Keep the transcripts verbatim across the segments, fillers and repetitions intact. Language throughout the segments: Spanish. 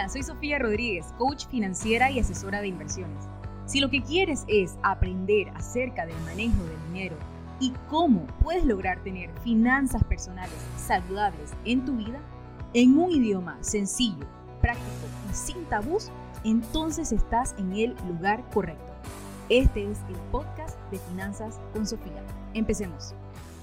Hola, soy Sofía Rodríguez, coach financiera y asesora de inversiones. Si lo que quieres es aprender acerca del manejo del dinero y cómo puedes lograr tener finanzas personales saludables en tu vida, en un idioma sencillo, práctico y sin tabús, entonces estás en el lugar correcto. Este es el podcast de Finanzas con Sofía. Empecemos.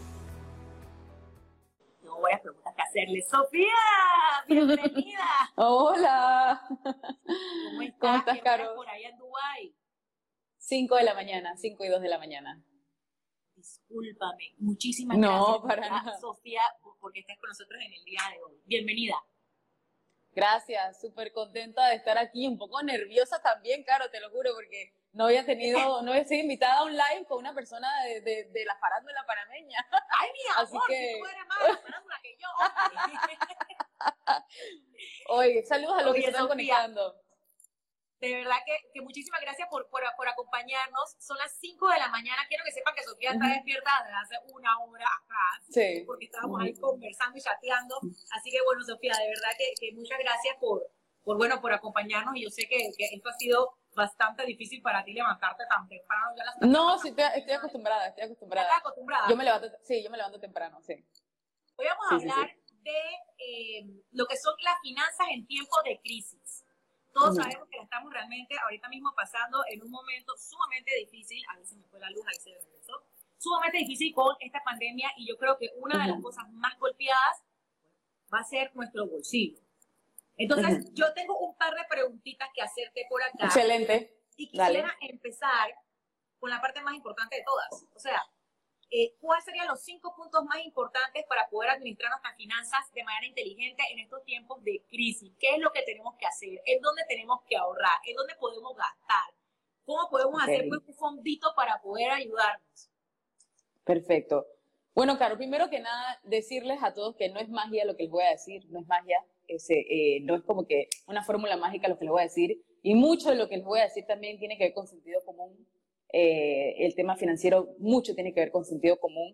Tengo varias preguntas que hacerle. ¡Sofía! ¡Bienvenida! Hola. ¿Cómo estás? ¿Cómo estás, ¿Qué Caro? horas por allá en Dubái? Cinco de la mañana, cinco y dos de la mañana. Discúlpame. Muchísimas No, gracias, para ¿verdad, nada. Sofía, porque estás con nosotros en el día de hoy. Bienvenida. Gracias, súper contenta de estar aquí, un poco nerviosa también, Caro, te lo juro, porque no había tenido, no había sido invitada a un live con una persona de, de, de la farándula panameña. ¡Ay, mi Así amor! que- Si tú eres más la farándula que yo, hombre. Oye, saludos a los Oye, que se están Sofía. conectando. De verdad que, que muchísimas gracias por, por, por acompañarnos. Son las cinco de la mañana. Quiero que sepan que Sofía está Ujú. despierta desde hace una hora acá. Sí. Porque estábamos ahí conversando y chateando. Así que bueno, Sofía, de verdad que, que muchas gracias por, por, bueno, por acompañarnos. Y yo sé que, que esto ha sido bastante difícil para ti levantarte tan temprano. Ya las No, sí, estoy, estoy acostumbrada, estoy ¿Ya acostumbrada. estás acostumbrada? Yo me levanto, sí, yo me levanto temprano, sí. Hoy vamos Sí, a sí, hablar de eh, lo que son las finanzas en tiempos de crisis. Todos Ujú. sabemos que la estamos realmente ahorita mismo pasando en un momento sumamente difícil. A veces me fue la luz, ahí se regresó. Sumamente difícil con esta pandemia, y yo creo que una de las Ujú. cosas más golpeadas va a ser nuestro bolsillo. Entonces, Ujú. yo tengo un par de preguntitas que hacerte por acá. Excelente. Y Dale. quisiera empezar con la parte más importante de todas. O sea, eh, ¿cuáles serían los cinco puntos más importantes para poder administrar nuestras finanzas de manera inteligente en estos tiempos de crisis? ¿Qué es lo que tenemos que hacer? ¿En dónde tenemos que ahorrar? ¿En dónde podemos gastar? ¿Cómo podemos Ok. hacer pues, un fondito para poder ayudarnos? Perfecto. Bueno, claro, primero que nada, decirles a todos que no es magia lo que les voy a decir, no es magia, ese, eh, no es como que una fórmula mágica lo que les voy a decir, y mucho de lo que les voy a decir también tiene que ver con sentido común. Eh, el tema financiero, mucho tiene que ver con sentido común.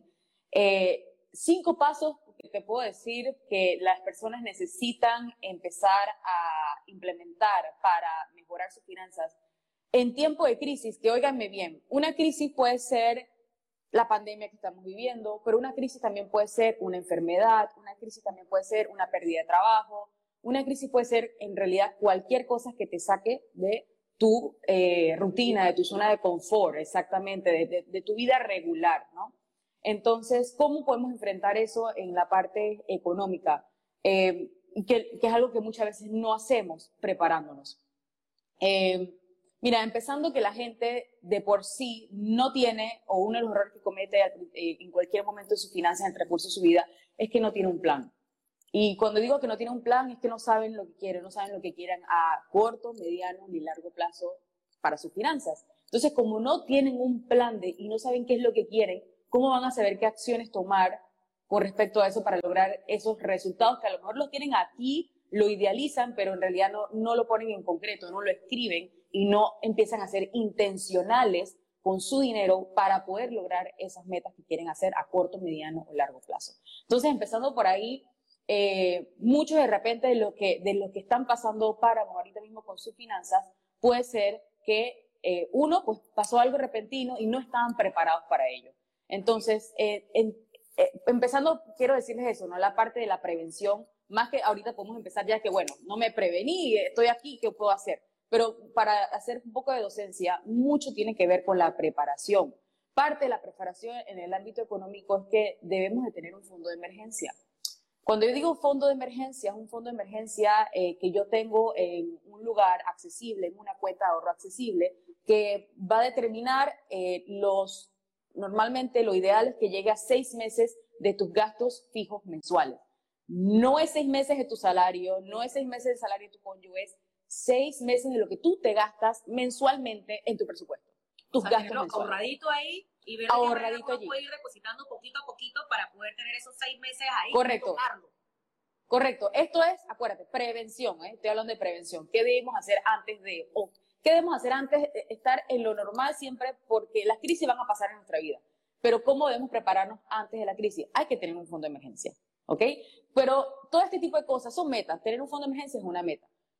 Eh, cinco pasos que te puedo decir que las personas necesitan empezar a implementar para mejorar sus finanzas en tiempo de crisis, que óiganme bien, una crisis puede ser la pandemia que estamos viviendo, pero una crisis también puede ser una enfermedad, una crisis también puede ser una pérdida de trabajo, una crisis puede ser en realidad cualquier cosa que te saque de tu eh, rutina, de tu zona de confort, exactamente, de, de, de tu vida regular, ¿no? Entonces, ¿cómo podemos enfrentar eso en la parte económica? Eh, que, que es algo que muchas veces no hacemos preparándonos. Eh, Mira, empezando que la gente de por sí no tiene, o uno de los errores que comete eh, en cualquier momento de sus finanzas, en el transcurso de su vida, es que no tiene un plan. Y cuando digo que no tiene un plan, es que no saben lo que quieren, no saben lo que quieren a corto, mediano ni largo plazo para sus finanzas. Entonces, como no tienen un plan de, y no saben qué es lo que quieren, ¿cómo van a saber qué acciones tomar con respecto a eso para lograr esos resultados que a lo mejor los tienen aquí, lo idealizan, pero en realidad no, no lo ponen en concreto, no lo escriben y no empiezan a ser intencionales con su dinero para poder lograr esas metas que quieren hacer a corto, mediano o largo plazo? Entonces, empezando por ahí, eh, muchos de repente de lo que, de lo que están pasando páramo ahorita mismo con sus finanzas, puede ser que eh, uno, pues pasó algo repentino y no estaban preparados para ello. Entonces, eh, en, eh, empezando, quiero decirles eso, ¿no? La parte de la prevención, más que ahorita podemos empezar ya que, bueno, no me prevení, estoy aquí, ¿qué puedo hacer? Pero para hacer un poco de docencia, mucho tiene que ver con la preparación. Parte de la preparación en el ámbito económico es que debemos de tener un fondo de emergencia. Cuando yo digo fondo de emergencia, es un fondo de emergencia eh, que yo tengo en un lugar accesible, en una cuenta de ahorro accesible, que va a determinar eh, los, normalmente lo ideal es que llegue a seis meses de tus gastos fijos mensuales. No es seis meses de tu salario, no es seis meses del salario de tu cónyuge, es seis meses de lo que tú te gastas mensualmente en tu presupuesto. Tus O sea, gastos tenerlo mensuales. ahorradito ahí y ver Ahorradito cómo allí. puede ir depositando poquito a poquito para poder tener esos seis meses ahí. Correcto. Y tocarlo. Correcto. Esto es, acuérdate, prevención, ¿eh? Estoy hablando de prevención. ¿Qué debemos hacer antes de, o qué debemos hacer antes de estar en lo normal siempre? Porque las crisis van a pasar en nuestra vida. Pero ¿cómo debemos prepararnos antes de la crisis? Hay que tener un fondo de emergencia, ¿ok? Pero todo este tipo de cosas son metas. Tener un fondo de emergencia es una meta.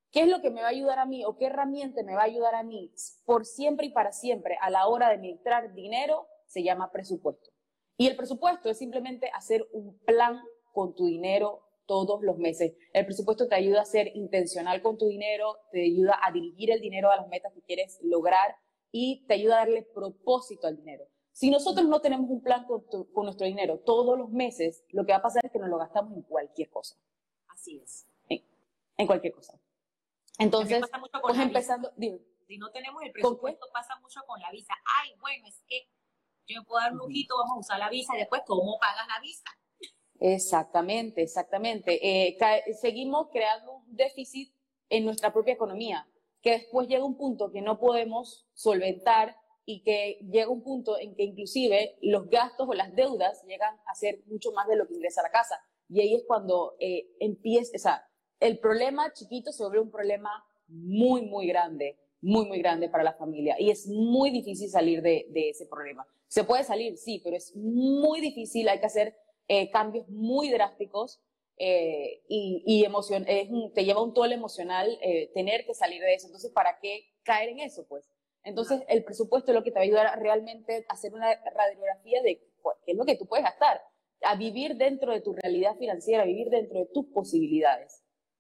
¿qué es lo que me va a ayudar a mí o qué herramienta me va a ayudar a mí por siempre y para siempre a la hora de administrar dinero? Se llama presupuesto. Y el presupuesto es simplemente hacer un plan con tu dinero todos los meses. El presupuesto te ayuda a ser intencional con tu dinero, te ayuda a dirigir el dinero a las metas que quieres lograr y te ayuda a darle propósito al dinero. Si nosotros no tenemos un plan con, tu, con nuestro dinero todos los meses, lo que va a pasar es que nos lo gastamos en cualquier cosa. Así es. En, en cualquier cosa. Entonces, pasa mucho con pues la empezando, dime. Si no tenemos el presupuesto, pasa mucho con la visa. Ay, bueno, es que yo me puedo dar un lujito, vamos a usar la visa y después, ¿cómo pagas la visa? Exactamente, exactamente. Eh, seguimos creando un déficit en nuestra propia economía, que después llega un punto que no podemos solventar y que llega un punto en que inclusive los gastos o las deudas llegan a ser mucho más de lo que ingresa a la casa. Y ahí es cuando eh, empieza, o sea, el problema chiquito se vuelve un problema muy, muy grande, muy, muy grande para la familia. Y es muy difícil salir de, de ese problema. Se puede salir, sí, pero es muy difícil, hay que hacer eh, cambios muy drásticos eh, y, y emocion es, te lleva un toll emocional eh, tener que salir de eso. Entonces, ¿para qué caer en eso, pues? Entonces, el presupuesto es lo que te va a ayudar a realmente a hacer una radiografía de qué es lo que tú puedes gastar, a vivir dentro de tu realidad financiera, a vivir dentro de tus posibilidades.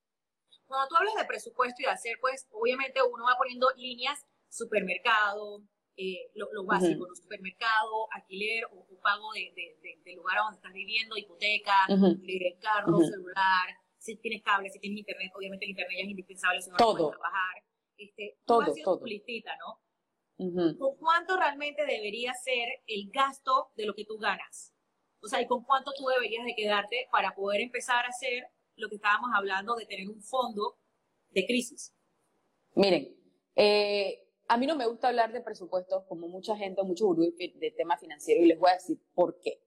Cuando tú hablas de presupuesto y de hacer, pues, obviamente uno va poniendo líneas, supermercado, eh, lo, lo básico, uh-huh. ¿no? Supermercado, alquiler o, o pago de, de, de, de lugar donde estás viviendo, hipoteca, uh-huh. eh, carro, uh-huh. celular, si tienes cable, si tienes internet, obviamente el internet ya es indispensable si no todo. puedes trabajar. Este, todo, tú has sido todo. tu listita, ¿no? Uh-huh. ¿Con cuánto realmente debería ser el gasto de lo que tú ganas? O sea, ¿y con cuánto tú deberías de quedarte para poder empezar a hacer lo que estábamos hablando de tener un fondo de crisis? Miren, eh, a mí no me gusta hablar de presupuestos como mucha gente, muchos gurús de tema financiero, y les voy a decir por qué.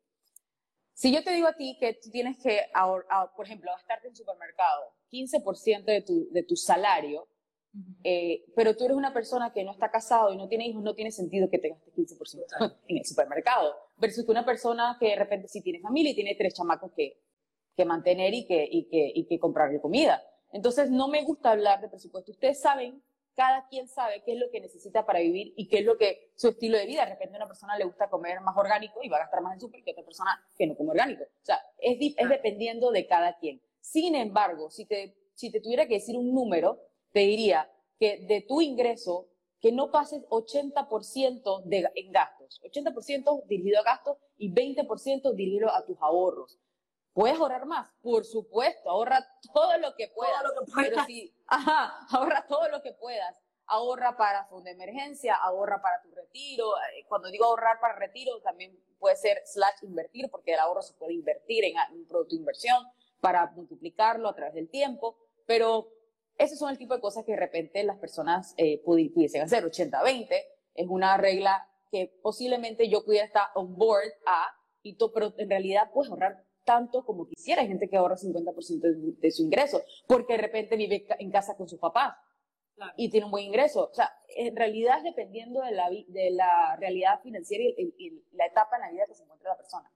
Si yo te digo a ti que tú tienes que, ahorrar, por ejemplo, gastarte en supermercado quince por ciento de tu, de tu salario, uh-huh. eh, pero tú eres una persona que no está casado y no tiene hijos, no tiene sentido que te gastes quince por ciento en el supermercado, versus que una persona que de repente sí tiene familia y tiene tres chamacos que que mantener y que, y, que, y que comprarle comida. Entonces, no me gusta hablar de presupuesto. Ustedes saben, cada quien sabe qué es lo que necesita para vivir y qué es lo que su estilo de vida. De repente a una persona le gusta comer más orgánico y va a gastar más en súper que otra persona que no come orgánico. O sea, es, es dependiendo de cada quien. Sin embargo, si te, si te tuviera que decir un número, te diría que de tu ingreso, que no pases ochenta por ciento de, en gastos. ochenta por ciento dirigido a gastos y veinte por ciento dirigido a tus ahorros. ¿Puedes ahorrar más? Por supuesto, ahorra todo lo que puedas. Todo lo que puedas. Pero sí, ajá, ahorra todo lo que puedas. Ahorra para fondo de emergencia, ahorra para tu retiro. Cuando digo ahorrar para retiro, también puede ser slash invertir, porque el ahorro se puede invertir en un producto de inversión para multiplicarlo a través del tiempo. Pero esos son el tipo de cosas que de repente las personas eh, pudiesen hacer. ochenta veinte es una regla que posiblemente yo pudiera estar on board a, y to, pero en realidad puedes ahorrar tanto como quisiera. Hay gente que ahorra cincuenta por ciento de, de su ingreso, porque de repente vive en casa con sus papás, claro, y tiene un buen ingreso. O sea, en realidad es dependiendo de la, de la realidad financiera y, y, y la etapa en la vida que se encuentra la persona.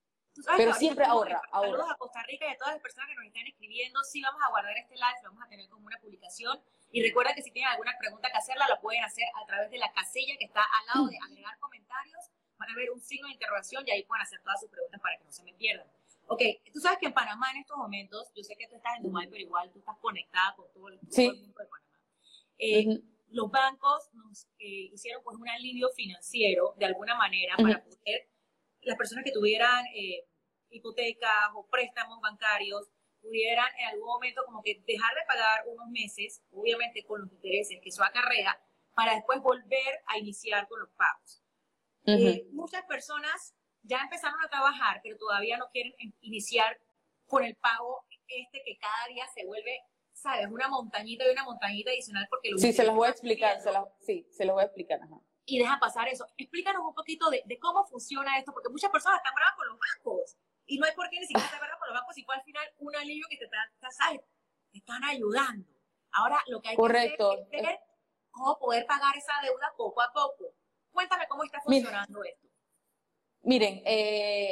Pero siempre ahorra, ahorra. Saludos a Costa Rica y a todas las personas que nos están escribiendo. Sí, vamos a guardar este live, lo vamos a tener como una publicación. Y recuerda que si tienen alguna pregunta que hacerla, la pueden hacer a través de la casilla que está al lado de agregar comentarios. Van a ver un signo de interrogación y ahí pueden hacer todas sus preguntas para que no se me pierdan. Ok, tú sabes que en Panamá en estos momentos, yo sé que tú estás en Dubái, pero igual tú estás conectada con todo el, todo sí. el mundo de Panamá. Eh, uh-huh. Los bancos nos eh, hicieron pues un alivio financiero de alguna manera, uh-huh, para poder, las personas que tuvieran eh, hipotecas o préstamos bancarios, pudieran en algún momento como que dejar de pagar unos meses, obviamente con los intereses que eso acarrea, para después volver a iniciar con los pagos. Uh-huh. Eh, muchas personas ya empezaron a trabajar, pero todavía no quieren iniciar con el pago este que cada día se vuelve, ¿sabes? Una montañita y una montañita adicional porque lo Sí, se los voy a explicar, se los, sí, se los voy a explicar. Ajá. Y deja pasar eso. Explícanos un poquito de, de cómo funciona esto, porque muchas personas están bravas con los bancos y no hay por qué ni siquiera estar bravas con los bancos, y fue al final un alivio que te, te, ¿sabes? Te están ayudando. Ahora lo que hay Correcto. que hacer es ver cómo poder pagar esa deuda poco a poco. Cuéntame cómo está funcionando Mira. esto. Miren, eh,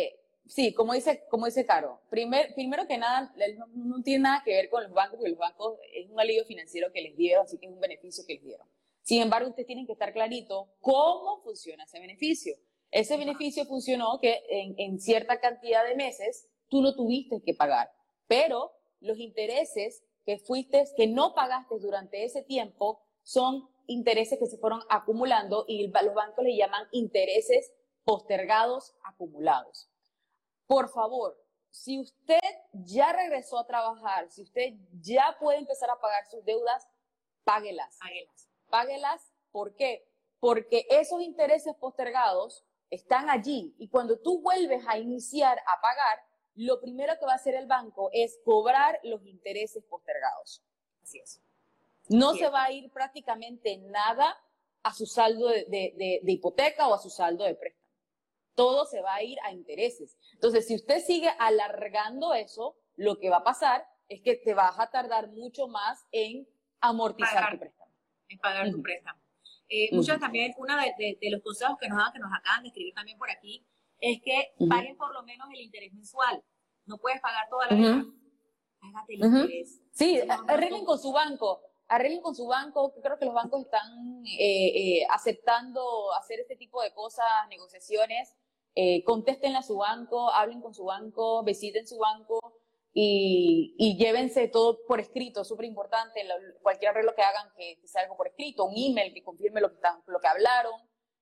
sí, como dice, como dice Caro, primer, primero que nada, no, no tiene nada que ver con los bancos, porque los bancos es un alivio financiero que les dieron, así que es un beneficio que les dieron. Sin embargo, ustedes tienen que estar clarito cómo funciona ese beneficio. Ese beneficio funcionó que en, en cierta cantidad de meses tú no tuviste que pagar, pero los intereses que fuiste, que no pagaste durante ese tiempo son intereses que se fueron acumulando y los bancos le llaman intereses postergados acumulados. Por favor, si usted ya regresó a trabajar, si usted ya puede empezar a pagar sus deudas, páguelas. Páguelas. Páguelas, ¿por qué? Porque esos intereses postergados están allí y cuando tú vuelves a iniciar a pagar, lo primero que va a hacer el banco es cobrar los intereses postergados. Así es. No Así se es. va a ir prácticamente nada a su saldo de, de, de, de hipoteca o a su saldo de préstamo. Todo se va a ir a intereses. Entonces, si usted sigue alargando eso, lo que va a pasar es que te vas a tardar mucho más en amortizar Pagar. tu préstamo. En pagar Ujú. tu préstamo. Eh, Ujú. Muchas también, uno de, de, de los consejos que nos dan, que nos acaban de escribir también por aquí, es que Ujú. paguen por lo menos el interés mensual. No puedes pagar toda la Ujú. vida. Págate el Ujú. interés. Sí, Eso no- no- arreglen con su banco, arreglen con su banco. Creo que los bancos están eh, eh, aceptando hacer este tipo de cosas, negociaciones. Eh, contéstenle a su banco, hablen con su banco, visiten su banco y, y llévense todo por escrito, es súper importante. Lo- cualquier arreglo que hagan, que, que sea algo por escrito, un email que confirme lo que, están, lo que hablaron,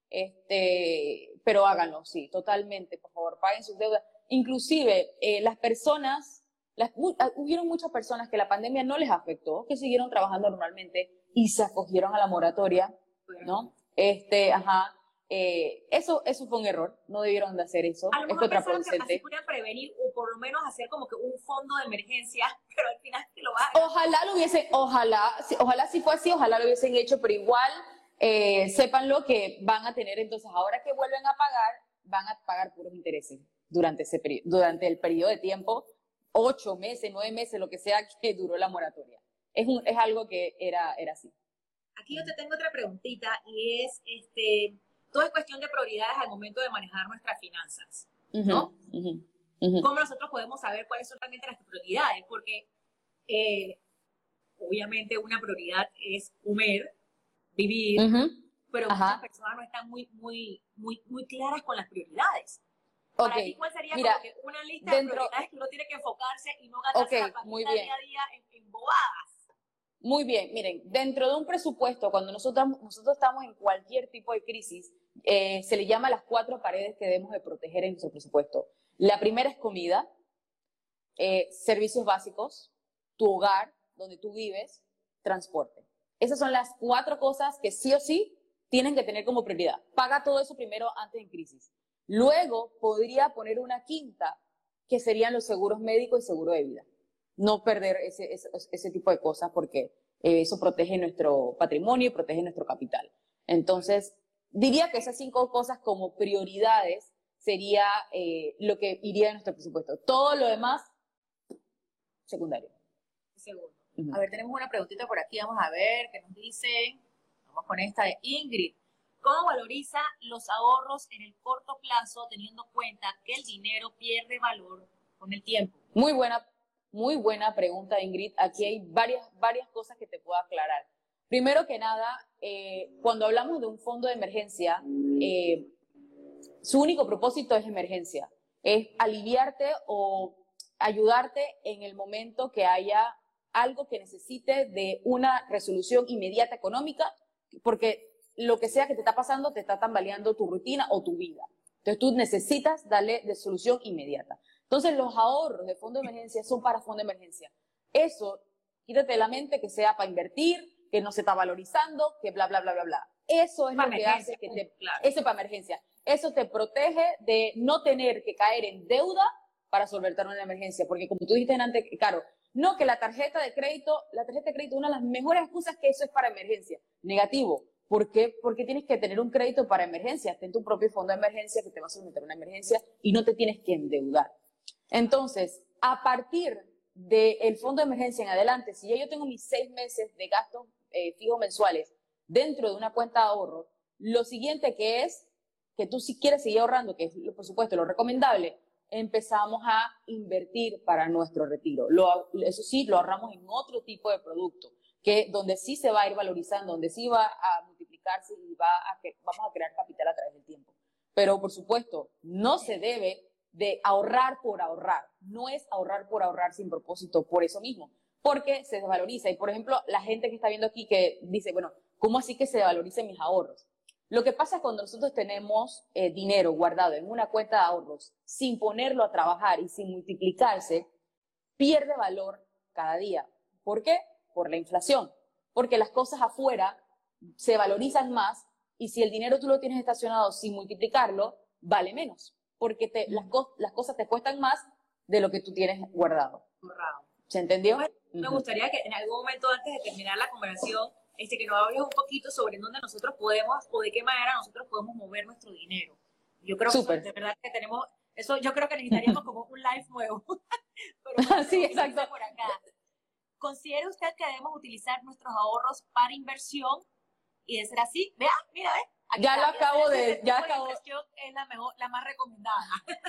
este, pero háganlo, sí, totalmente, por favor, paguen sus deudas. Inclusive, eh, las personas, las, hu- hubieron muchas personas que la pandemia no les afectó, que siguieron trabajando normalmente y se acogieron a la moratoria, ¿no? Este, ajá, eh, eso, eso fue un error, no debieron de hacer eso, A lo es mejor pensaron que así contraproducente. podían prevenir o por lo menos hacer como que un fondo de emergencia, pero al final que lo hagan. Ojalá lo hubiesen, ojalá, sí, ojalá si fue así, ojalá lo hubiesen hecho, pero igual eh, sépanlo que van a tener, entonces ahora que vuelven a pagar, van a pagar puros intereses durante, ese peri- durante el periodo de tiempo, ocho meses, nueve meses, lo que sea que duró la moratoria. Es, un, es algo que era, era así. Aquí yo te tengo otra preguntita y es, este, todo es cuestión de prioridades al momento de manejar nuestras finanzas, ¿no? Ujú, ujú, ujú. ¿Cómo nosotros podemos saber cuáles son realmente nuestras prioridades? Porque eh, obviamente una prioridad es comer, vivir, Ujú. pero Ajá. muchas personas no están muy, muy, muy, muy claras con las prioridades. Para Ok, ti, ¿cuál sería mira, como que una lista dentro- de prioridades que uno tiene que enfocarse y no gastarse Ok, la muy papita bien. día a día en, en bobadas? Muy bien, miren, dentro de un presupuesto, cuando nosotros, nosotros estamos en cualquier tipo de crisis, eh, se le llama las cuatro paredes que debemos de proteger en nuestro presupuesto. La primera es comida, eh, servicios básicos, tu hogar, donde tú vives, transporte. Esas son las cuatro cosas que sí o sí tienen que tener como prioridad. Paga todo eso primero antes de crisis. Luego podría poner una quinta, que serían los seguros médicos y seguro de vida. No perder ese, ese, ese tipo de cosas porque eh, eso protege nuestro patrimonio y protege nuestro capital. Entonces, diría que esas cinco cosas como prioridades sería eh, lo que iría en nuestro presupuesto. Todo lo demás, secundario. Segundo. Ujú. A ver, tenemos una preguntita por aquí, vamos a ver qué nos dicen. Vamos con esta de Ingrid. ¿Cómo valoriza los ahorros en el corto plazo teniendo en cuenta que el dinero pierde valor con el tiempo? Muy buena, muy buena pregunta, Ingrid. Aquí hay varias, varias cosas que te puedo aclarar. Primero que nada, eh, cuando hablamos de un fondo de emergencia, eh, su único propósito es emergencia, es aliviarte o ayudarte en el momento que haya algo que necesite de una resolución inmediata económica, porque lo que sea que te está pasando te está tambaleando tu rutina o tu vida. Entonces tú necesitas darle de solución inmediata. Entonces los ahorros de fondo de emergencia son para fondo de emergencia. Eso, quítate de la mente que sea para invertir, que no se está valorizando, que bla, bla, bla, bla, bla. Eso es Para lo que emergencia, hace que te... claro. Eso es para emergencia. Eso te protege de no tener que caer en deuda para solventar una emergencia. Porque como tú dijiste antes, Caro, no que la tarjeta de crédito, la tarjeta de crédito, una de las mejores excusas que eso es para emergencia. Negativo. ¿Por qué? Porque tienes que tener un crédito para emergencias. Ten tu propio fondo de emergencia que te va a solventar una emergencia y no te tienes que endeudar. Entonces, a partir del fondo de emergencia en adelante, si ya yo tengo mis seis meses de gastos eh, fijos mensuales dentro de una cuenta de ahorro, lo siguiente que es, que tú si quieres seguir ahorrando, que es por supuesto lo recomendable, empezamos a invertir para nuestro retiro. Lo, eso sí, lo ahorramos en otro tipo de producto, que donde sí se va a ir valorizando, donde sí va a multiplicarse y va a que, vamos a crear capital a través del tiempo. Pero, por supuesto, no se debe de ahorrar por ahorrar. No es ahorrar por ahorrar sin propósito, por eso mismo, porque se desvaloriza. Y, por ejemplo, la gente que está viendo aquí que dice, bueno, ¿cómo así que se desvaloricen mis ahorros? Lo que pasa es cuando nosotros tenemos eh, dinero guardado en una cuenta de ahorros sin ponerlo a trabajar y sin multiplicarse, pierde valor cada día. ¿Por qué? Por la inflación. Porque las cosas afuera se valorizan más y si el dinero tú lo tienes estacionado sin multiplicarlo, vale menos. Porque te, las, co las cosas te cuestan más de lo que tú tienes guardado. ¿Se entendió? Pues, me Uh-huh. gustaría que en algún momento antes de terminar la conversación, este, que nos hables un poquito sobre dónde nosotros podemos o de qué manera nosotros podemos mover nuestro dinero. Yo creo Súper. que de verdad que tenemos, eso yo creo que necesitaríamos como un live nuevo. Pero bueno, sí, exacto. por acá. ¿Considera usted que debemos utilizar nuestros ahorros para inversión? Y de ser así, vea, mira, ve. Aquí ya está, lo acabo de, este ya tipo acabo. inversión es la mejor, la más recomendada.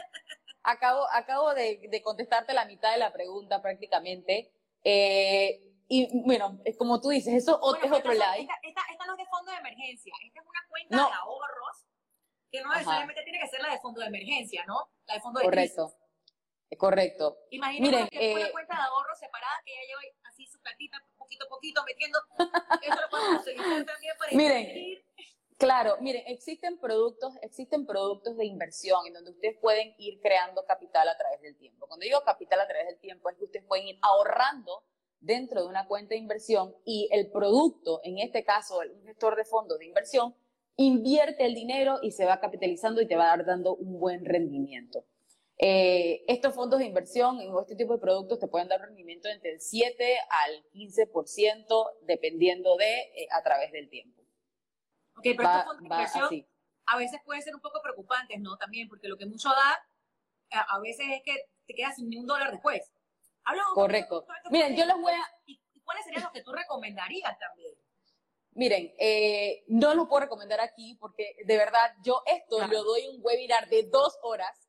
Acabo, acabo de, de contestarte la mitad de la pregunta prácticamente. Eh, y bueno, es como tú dices, eso Bueno, es otro esta, live. esta, esta, esta no es de fondo de emergencia, esta es una cuenta No. de ahorros que no Ajá. necesariamente tiene que ser la de fondo de emergencia, ¿no? La de fondo de Correcto. crisis. Correcto. Imagínate Miren, que es una eh, cuenta de ahorros separada que ella lleva así su platita, poquito a poquito, metiendo. Eso lo podemos utilizar también para Miren, invertir. Claro, miren, existen productos, existen productos de inversión en donde ustedes pueden ir creando capital a través del tiempo. Cuando digo capital a través del tiempo es que ustedes pueden ir ahorrando dentro de una cuenta de inversión y el producto, en este caso, un gestor de fondos de inversión, invierte el dinero y se va capitalizando y te va a dar dando un buen rendimiento. Eh, estos fondos de inversión o este tipo de productos te pueden dar un rendimiento entre el siete al quince por ciento dependiendo de eh, a través del tiempo. Ok, pero Va, estos fondos de va inversión así. a veces pueden ser un poco preocupantes, ¿no? También, porque lo que mucho da, a, a veces es que te quedas sin ni un dólar después. Habla un Correcto. poquito, Miren, yo les voy a... ¿Y cuáles serían los que tú recomendarías también? Miren, eh, no los puedo recomendar aquí porque de verdad yo esto Claro. lo doy un webinar de dos horas.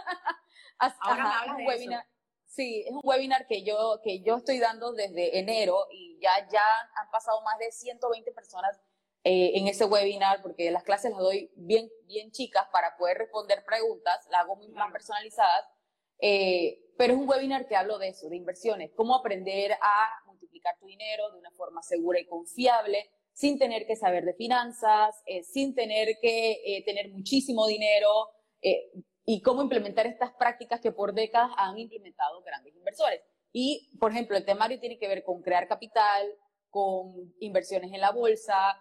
Ahora Ajá, me hablas un de webinar, eso. Sí, es un webinar que yo, que yo estoy dando desde enero y ya, ya han pasado más de ciento veinte personas eh, en ese webinar porque las clases las doy bien, bien chicas para poder responder preguntas, las hago muy más personalizadas. Eh, pero es un webinar que hablo de eso, de inversiones, cómo aprender a multiplicar tu dinero de una forma segura y confiable, sin tener que saber de finanzas, eh, sin tener que eh, tener muchísimo dinero, eh, y cómo implementar estas prácticas que por décadas han implementado grandes inversores. Y, por ejemplo, el temario tiene que ver con crear capital, con inversiones en la bolsa,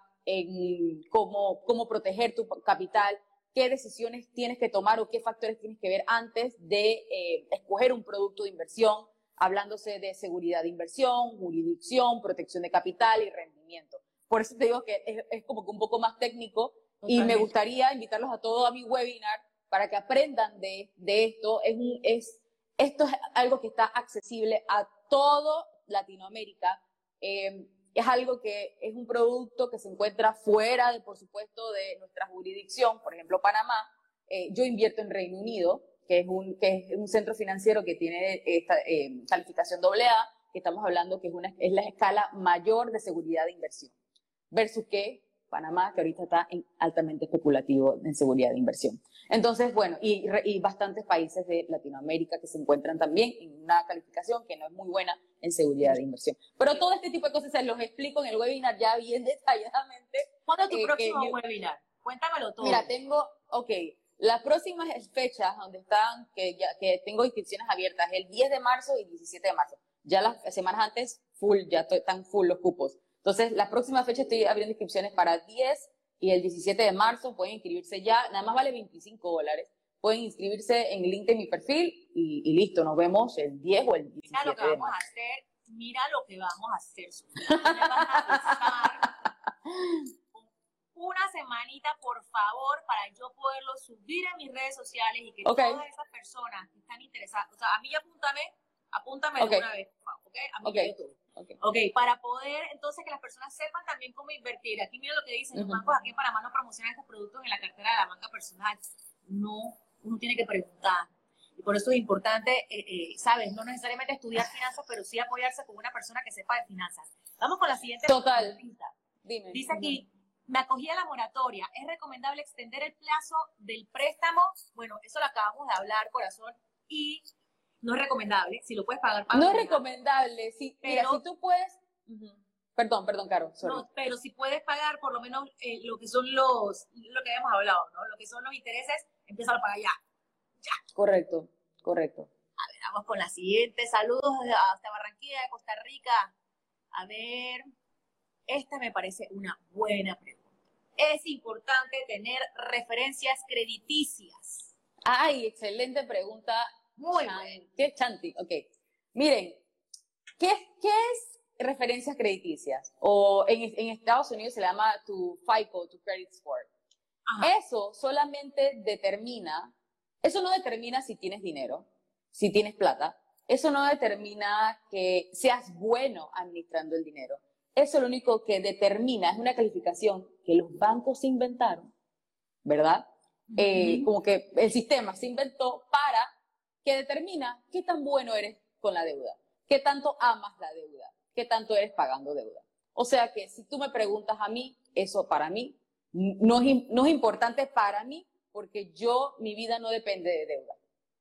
en cómo, cómo proteger tu capital, qué decisiones tienes que tomar o qué factores tienes que ver antes de eh, escoger un producto de inversión, hablándose de seguridad de inversión, jurisdicción, protección de capital y rendimiento. Por eso te digo que es, es como que un poco más técnico. Totalmente. Y me gustaría invitarlos a todos a mi webinar para que aprendan de, de esto. Es un, es, esto es algo que está accesible a todo Latinoamérica. Eh, es algo que es un producto que se encuentra fuera, de, por supuesto, de nuestra jurisdicción. Por ejemplo, Panamá. Eh, yo invierto en Reino Unido, que es un, que es un centro financiero que tiene esta eh, calificación doble A, que estamos hablando que es, una, es la escala mayor de seguridad de inversión. Versus que Panamá, que ahorita está en altamente especulativo en seguridad de inversión. Entonces, bueno, y, y bastantes países de Latinoamérica que se encuentran también en una calificación que no es muy buena en seguridad de inversión. Pero todo este tipo de cosas se los explico en el webinar ya bien detalladamente. ¿Cuándo es tu eh, próximo que, webinar? Cuéntamelo todo. Mira, tengo, ok, las próximas fechas donde están, que, ya, que tengo inscripciones abiertas, el diez de marzo y diecisiete de marzo. Ya las semanas antes, full, ya están full los cupos. Entonces, la próxima fecha estoy abriendo inscripciones para diez y el diecisiete de marzo. Pueden inscribirse ya. Nada más vale veinticinco dólares. Pueden inscribirse en el link de mi perfil y, y listo. Nos vemos el diez o el diecisiete mira lo que de vamos marzo. a hacer. Mira lo que vamos a hacer. Me vas a buscar una semanita, por favor, para yo poderlo subir en mis redes sociales y que Okay. todas esas personas que están interesadas, o sea, a mí ya apúntame, apúntame Okay. de una vez, por favor, ¿ok? A mí Okay. ya YouTube. Okay. Ok, para poder entonces que las personas sepan también cómo invertir. Aquí mira lo que dicen, los Uh-huh. bancos aquí en Panamá no promocionan estos productos en la cartera de la banca personal. No, uno tiene que preguntar. Y por eso es importante, eh, eh, ¿sabes? No necesariamente estudiar finanzas, pero sí apoyarse con una persona que sepa de finanzas. Vamos con la siguiente. Total. Preguntita. Dime. Dice aquí, me acogí a la moratoria. ¿Es recomendable extender el plazo del préstamo? Bueno, eso lo acabamos de hablar, corazón, y no es recomendable. Si lo puedes pagar, paga. No es recomendable. Si, pero, mira, si tú puedes... Uh-huh. Perdón, perdón, Caro, sorry. No, pero si puedes pagar por lo menos eh, lo que son los, lo que habíamos hablado, ¿no? Lo que son los intereses, empieza a pagar ya. Ya. Correcto, correcto. A ver, vamos con la siguiente. Saludos hasta Barranquilla, de Costa Rica. A ver, esta me parece una buena pregunta. ¿Es importante tener referencias crediticias? Ay, excelente pregunta. Muy Chan, buena. ¿Qué es Chanti? Ok. Miren, ¿qué, qué es referencias crediticias? O en, en Estados Unidos se le llama tu FICO, tu credit score. Ajá. Eso solamente determina, eso no determina si tienes dinero, si tienes plata. Eso no determina que seas bueno administrando el dinero. Eso lo único que determina es una calificación que los bancos se inventaron, ¿verdad? Uh-huh. Eh, como que el sistema se inventó para que determina qué tan bueno eres con la deuda, qué tanto amas la deuda, qué tanto eres pagando deuda. O sea que si tú me preguntas a mí, eso para mí no es, no es importante para mí porque yo, mi vida no depende de deuda.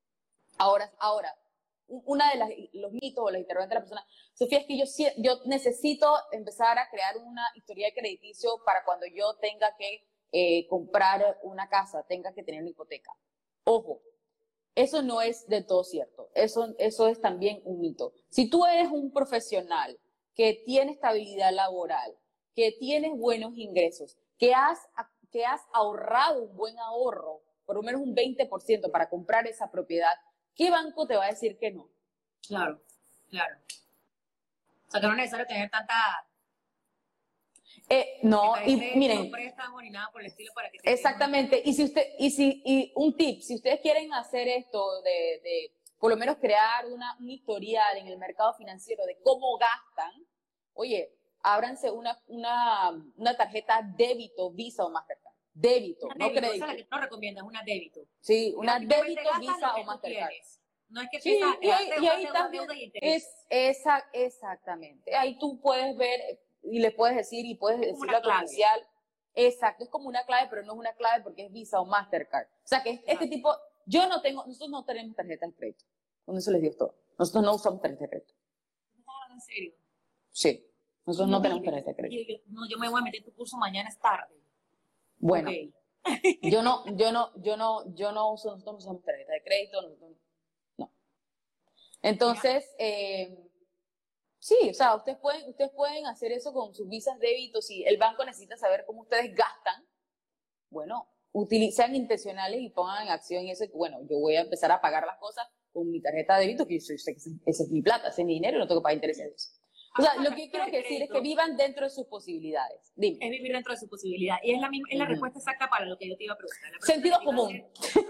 Ahora, ahora una de las, los mitos o las interrogantes de la persona, Sofía, es que yo, yo necesito empezar a crear una historial crediticio para cuando yo tenga que eh, comprar una casa, tenga que tener una hipoteca. Ojo, eso no es del todo cierto. Eso, eso es también un mito. Si tú eres un profesional que tiene estabilidad laboral, que tienes buenos ingresos, que has, que has ahorrado un buen ahorro, por lo menos un veinte por ciento para comprar esa propiedad, ¿qué banco te va a decir que no? Claro, claro. O sea, que no es necesario tener tanta... Eh, no, y miren... No préstamo ni nada por el estilo para que... Exactamente, y si usted, y si, y un tip, si ustedes quieren hacer esto de, de por lo menos crear una, un historial en el mercado financiero de cómo gastan, oye, ábranse una, una, una tarjeta débito, Visa o Mastercard. Débito, una no débito, crédito. Esa es la que no recomiendas, una débito. Sí, una débito, Visa o Mastercard. No es que sí, empieza y, ahí, y ahí deuda, también deuda y interés. es esa, exactamente. Ahí tú puedes ver y le puedes decir y puedes decirle a tu oficial. Exacto, es como una clave, pero no es una clave porque es Visa o Mastercard. O sea que este claro. tipo, yo no tengo, nosotros no tenemos tarjeta de crédito. Con eso les digo todo. Nosotros no usamos tarjeta de crédito. ¿Me estás hablando en serio? Sí, nosotros no, no tenemos tarjeta de crédito. Yo, yo, no, yo me voy a meter en tu curso mañana, es tarde. Bueno, okay. yo no, yo no, yo no, yo no uso, nosotros no usamos tarjeta de crédito, nosotros no. Entonces, eh, sí, o sea, ustedes pueden, ustedes pueden hacer eso con sus visas débito. Si el banco necesita saber cómo ustedes gastan, bueno, utilicen intencionales y pongan en acción eso. Bueno, yo voy a empezar a pagar las cosas con mi tarjeta de débito, que yo sé que esa es mi plata, ese es mi dinero y no tengo que pagar intereses de eso. O sea, lo que quiero decir es que vivan dentro de sus posibilidades. Dime. Es vivir dentro de su posibilidad. Y es la, misma, es la uh-huh. respuesta exacta para lo que yo te iba a preguntar. Sentido común.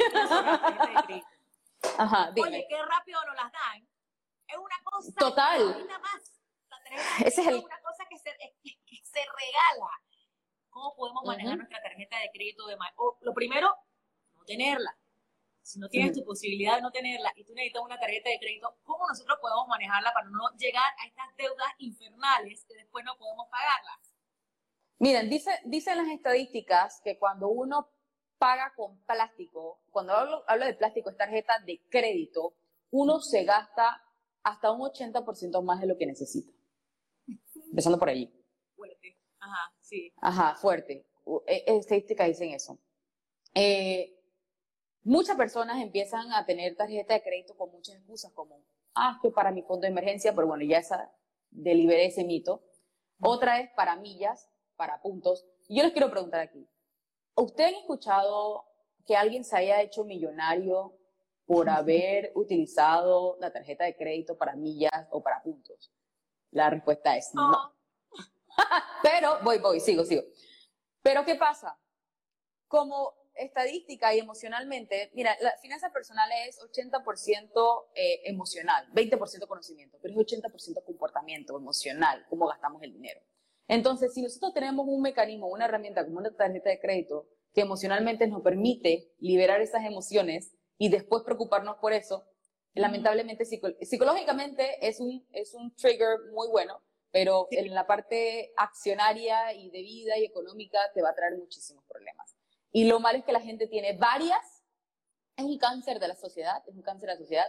Ajá, dime. Oye, qué rápido nos las dan. Es una cosa. Total. Nada más. Ese es el... una cosa que se, que, que se regala. ¿Cómo podemos manejar uh-huh. nuestra tarjeta de crédito? De o, lo primero, no tenerla. Si no tienes uh-huh. tu posibilidad de no tenerla y tú necesitas una tarjeta de crédito, ¿cómo nosotros podemos manejarla para no llegar a estas deudas infernales que después no podemos pagarlas? Miren, dice, dicen las estadísticas que cuando uno paga con plástico, cuando hablo, hablo de plástico, es tarjeta de crédito, uno se gasta hasta un ochenta por ciento más de lo que necesita. Empezando por allí. Fuerte. Ajá, sí. Ajá, fuerte. Estadísticas dicen eso. Eh, muchas personas empiezan a tener tarjeta de crédito con muchas excusas, como, ah, que para mi fondo de emergencia, pero bueno, ya esa, deliberé ese mito. Otra es para millas, para puntos. Y yo les quiero preguntar aquí, ¿ustedes han escuchado que alguien se haya hecho millonario por haber utilizado la tarjeta de crédito para millas o para puntos? La respuesta es no. no. Pero, voy, voy, sigo, sigo. Pero, ¿qué pasa? Como estadística y emocionalmente, mira, la finanza personal es ochenta por ciento eh, emocional, veinte por ciento conocimiento, pero es ochenta por ciento comportamiento emocional, cómo gastamos el dinero. Entonces, si nosotros tenemos un mecanismo, una herramienta como una tarjeta de crédito que emocionalmente nos permite liberar esas emociones, y después preocuparnos por eso, lamentablemente psico- psicológicamente es un, es un trigger muy bueno, pero en la parte accionaria y de vida y económica te va a traer muchísimos problemas. Y lo malo es que la gente tiene varias, es un cáncer de la sociedad, es un cáncer de la sociedad,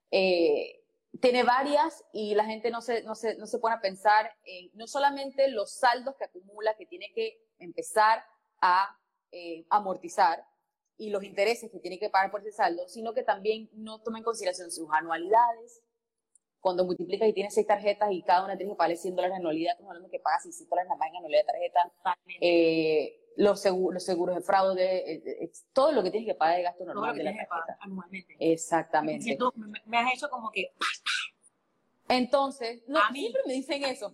eh, tiene varias y la gente no se, no, se, no se pone a pensar en no solamente los saldos que acumula, que tiene que empezar a eh, amortizar, y los intereses que tiene que pagar por ese saldo, sino que también no toma en consideración sus anualidades. Cuando multiplicas y tienes seis tarjetas y cada una tiene que pagar cien dólares de anualidad, estamos hablando que pagas seiscientos dólares nada más en anualidad de tarjeta. Eh, los, seguros, los seguros de fraude, eh, eh, todo lo que tienes que pagar de gasto normal de la tarjeta. Anualmente. Exactamente. Siento, me, me has hecho como que... Entonces, no, A mí. siempre me dicen eso.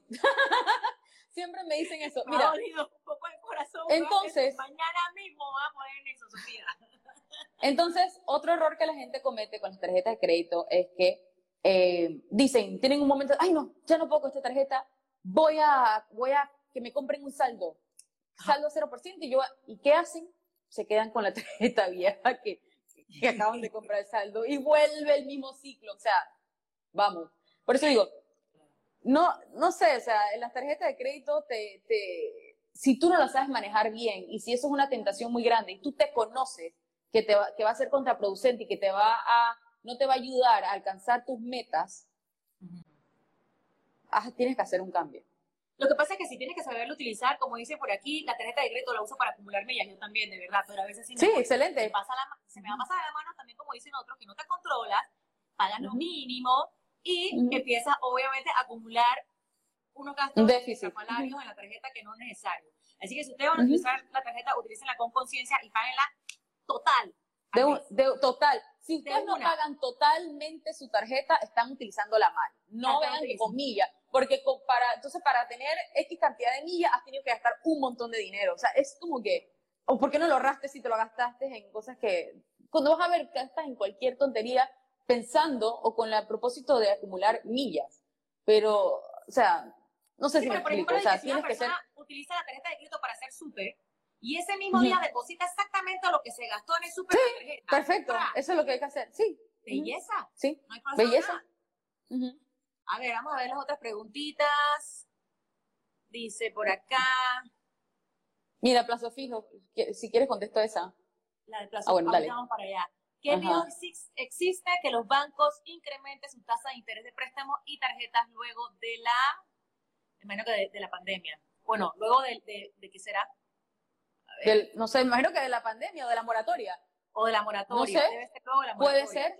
Siempre me dicen eso. Me Mira, ha dolido un poco el corazón. entonces, ¿no? Mañana mismo voy a poner eso, Sofía. Entonces, otro error que la gente comete con las tarjetas de crédito es que eh, dicen, tienen un momento, ay no, ya no puedo con esta tarjeta, voy a, voy a que me compren un saldo, saldo cero por ciento, y yo, ¿y qué hacen? Se quedan con la tarjeta vieja que, que acaban de comprar el saldo y vuelve el mismo ciclo, o sea, vamos. Por eso digo, no, no sé, o sea, en las tarjetas de crédito, te, te, si tú no las sabes manejar bien y si eso es una tentación muy grande y tú te conoces que, te va, que va a ser contraproducente y que te va a, no te va a ayudar a alcanzar tus metas, uh-huh. ah, tienes que hacer un cambio. Lo que pasa es que si tienes que saberlo utilizar, como dice por aquí, la tarjeta de crédito la uso para acumular millas, yo también, de verdad, pero a veces sí, me sí voy, excelente. Se, pasa la, se me va a pasar la mano también, como dicen otros, que no te controlas, pagas uh-huh. lo mínimo y uh-huh. empiezas, obviamente, a acumular unos gastos salarios uh-huh. en la tarjeta que no es necesario. Así que si ustedes van a utilizar uh-huh. la tarjeta, utilícenla con conciencia y páguenla total. De, un, de, total. Si ustedes no pagan totalmente su tarjeta, están utilizándola mal. No vean con millas, porque para, entonces para tener X cantidad de millas has tenido que gastar un montón de dinero. O sea, es como que, o ¿por qué no lo ahorraste si te lo gastaste en cosas que, cuando vas a ver, gastas en cualquier tontería pensando o con el propósito de acumular millas. Pero, o sea, no sé sí, si me explico. Ejemplo, o sea, si una persona ser... utiliza la tarjeta de crédito para hacer súper, y ese mismo uh-huh. día deposita exactamente lo que se gastó en el súper. Sí, perfecto. ¡Ah! Eso es lo que hay que hacer. Sí. Belleza. Uh-huh. Sí. No hay Belleza. Uh-huh. A ver, vamos a ver las otras preguntitas. Dice por acá. Mira, plazo fijo. Si quieres contesto esa. La de plazo ah, bueno, fijo. Vamos para allá. ¿Qué miedo existe que los bancos incrementen su tasa de interés de préstamo y tarjetas luego de la, imagino que de, de la pandemia? Bueno, luego de, de, de ¿qué será? Del, no sé, imagino que de la pandemia o de la moratoria. O de la moratoria. No sé. Debe ser luego de la moratoria. Puede ser.